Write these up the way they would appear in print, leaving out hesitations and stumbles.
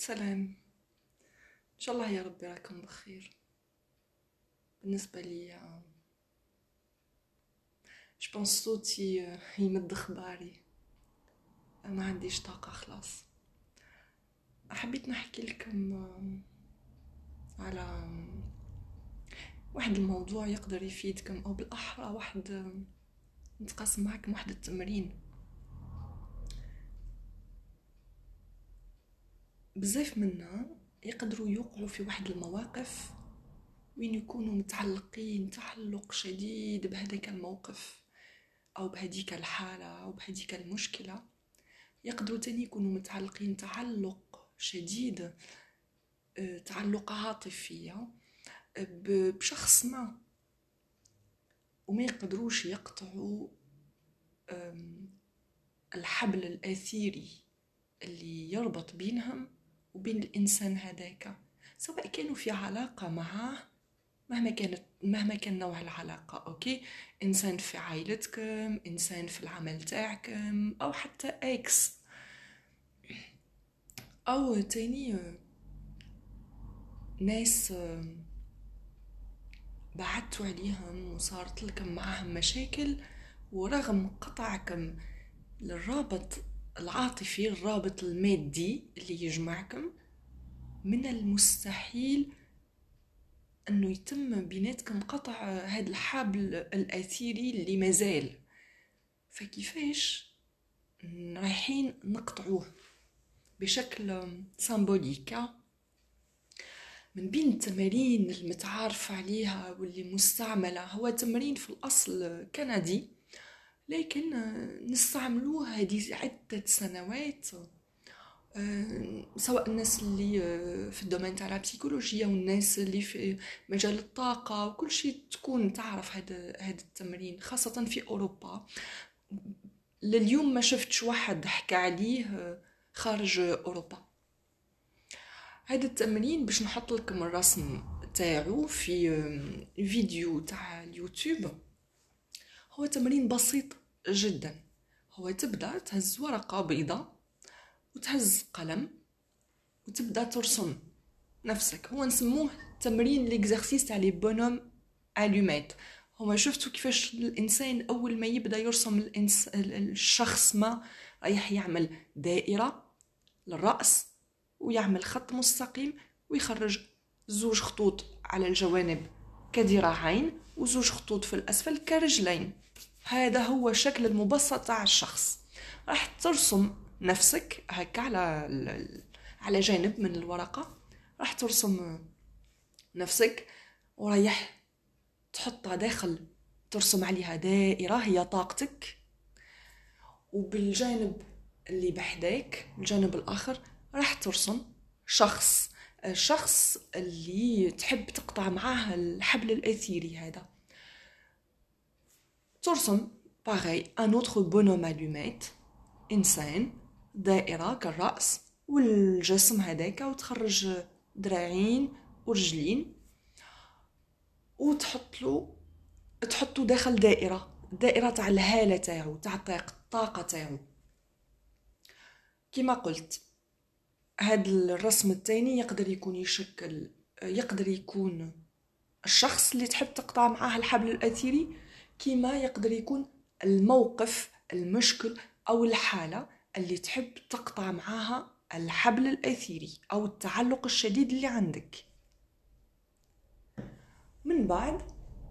سلام. ان شاء الله يا ربي راكم بخير. بالنسبه لي جبونس صوتي يمد خباري، ما عنديش طاقه خلاص. حبيت نحكي لكم على واحد الموضوع يقدر يفيدكم، او بالاحرى واحد نتقاسم معكم واحد التمرين. بزاف منا يقدروا يوقعوا في واحد المواقف وين يكونوا متعلقين تعلق شديد بهذاك الموقف او بهديك الحالة او بهديك المشكلة. يقدروا تاني يكونوا متعلقين تعلق شديد، تعلق عاطفي بشخص ما، وما يقدروش يقطعوا الحبل الآثيري اللي يربط بينهم وبين الإنسان هذاك، سواء كانوا في علاقة معه مهما كان نوع العلاقة. أوكي، إنسان في عائلتكم، إنسان في العمل تاعكم، أو حتى إكس، أو تاني ناس بعدتوا عليهم وصارت لكم معهم مشاكل، ورغم قطعكم للرابط العاطفي، الرابط المادي اللي يجمعكم، من المستحيل أنه يتم بيناتكم قطع هذا الحبل الأثيري اللي مازال. فكيفاش رايحين نقطعوه بشكل سيمبوليك؟ من بين التمارين المتعارف عليها واللي مستعملة، هو تمرين في الأصل كندي، لكن نستعملوه هذه عدة سنوات، سواء الناس اللي في الدومين تاع البسيكولوجيا والناس اللي في مجال الطاقة وكل شيء تكون تعرف هذا التمرين، خاصة في أوروبا. لليوم ما شفتش واحد حكى عليه خارج أوروبا. هذا التمرين باش نحط لكم الرسم تاعو في فيديو تاع اليوتيوب. هو تمرين بسيط جدا. هو تبدأ تهز ورقة بيضاء وتهز قلم وتبدأ ترسم نفسك. هو نسموه تمرين ليكزارسيس تاع لي بونوم الومات. هما شفتوا كيفاش الإنسان أول ما يبدأ يرسم الشخص ما رايح يعمل دائرة للرأس ويعمل خط مستقيم ويخرج زوج خطوط على الجوانب كذراعين وزوج خطوط في الأسفل كرجلين. هذا هو الشكل المبسط تاع الشخص. راح ترسم نفسك هكا على جانب من الورقة، راح ترسم نفسك ورايح تحطها داخل، ترسم عليها دائرة هي طاقتك، وبالجانب اللي بحداك الجانب الآخر راح ترسم الشخص اللي تحب تقطع معاه الحبل الأثيري هذا. ترسم باغي ان اوتر بونوم الومات، انسان، دائره كالراس والجسم هذاك، وتخرج ذراعين ورجلين تحطو داخل دائره تاع الهاله تاعو، تاع الطاقه تاعو. كما قلت، هذا الرسم الثاني يقدر يكون الشخص اللي تحب تقطع معاه الحبل الأثيري، كما يقدر يكون الموقف، المشكل أو الحالة اللي تحب تقطع معاها الحبل الأثيري أو التعلق الشديد اللي عندك. من بعد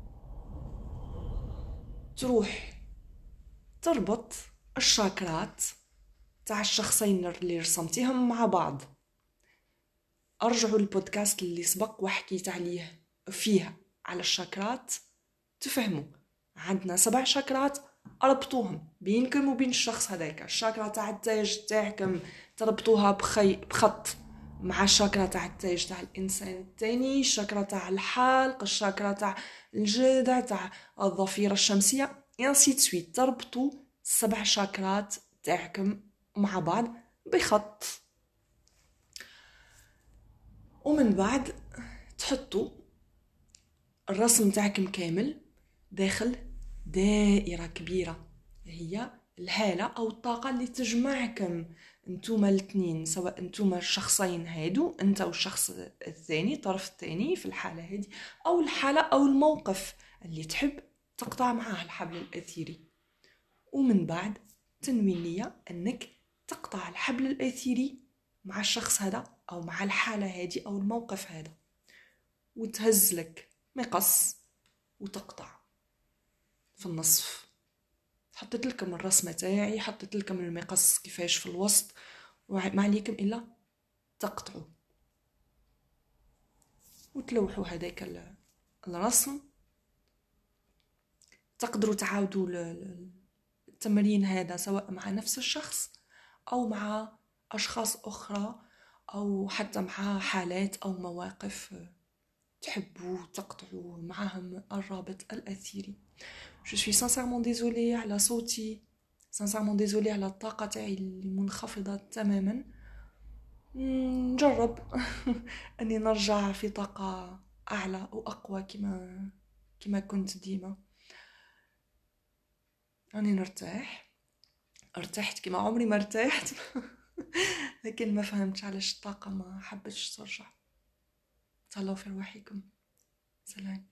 تروح تربط الشاكرات تاع الشخصين اللي رسمتيهم مع بعض. أرجعوا البودكاست اللي سبق وحكيت عليه فيها على الشاكرات تفهموا. عندنا 7 شاكرات، ربطوهم بينكم وبين الشخص هذاك. الشاكرا تاع التاج تاعكم تربطوها بخط مع الشاكرا تاع التاج تاع الإنسان الثاني، الشاكرا تاع الحلق، الشاكرا تاع الجذع تاع الضفيرة الشمسية، ينسي تسويت. تربطوا 7 شاكرات تاعكم مع بعض بخط، ومن بعد تحطوا الرسم تاعكم كامل داخل دائرة كبيرة، هي الهالة أو الطاقة اللي تجمعكم انتوما الاثنين، سواء انتوما الشخصين هادو، انت والشخص الثاني، الطرف الثاني في الحالة هذه، او الحالة او الموقف اللي تحب تقطع معاه الحبل الأثيري. ومن بعد تنوي النية انك تقطع الحبل الأثيري مع الشخص هذا او مع الحالة هذه او الموقف هذا، وتهز لك مقص وتقطع في النصف. حطيت لكم الرسمة تاعي، حطيت لكم المقص كيفاش في الوسط، وما عليكم الا تقطعوا وتلوحوا هذاك الرسم. تقدروا تعاودوا التمرين هذا سواء مع نفس الشخص او مع اشخاص اخرى، او حتى مع حالات او مواقف تحبوا تقطعوا معهم الرابط الأثيري. Je suis sincèrement désolée على صوتي، sincèrement désolée على الطاقة تاعي المنخفضة تماما. نجرب أني نرجع في طاقة أعلى وأقوى كما كنت ديما. أني نرتاح، ارتحت كما عمري ما ارتحت لكن ما فهمتش علاش الطاقة ما حبتش ترجع. تهلاو في رواحكم. سلام.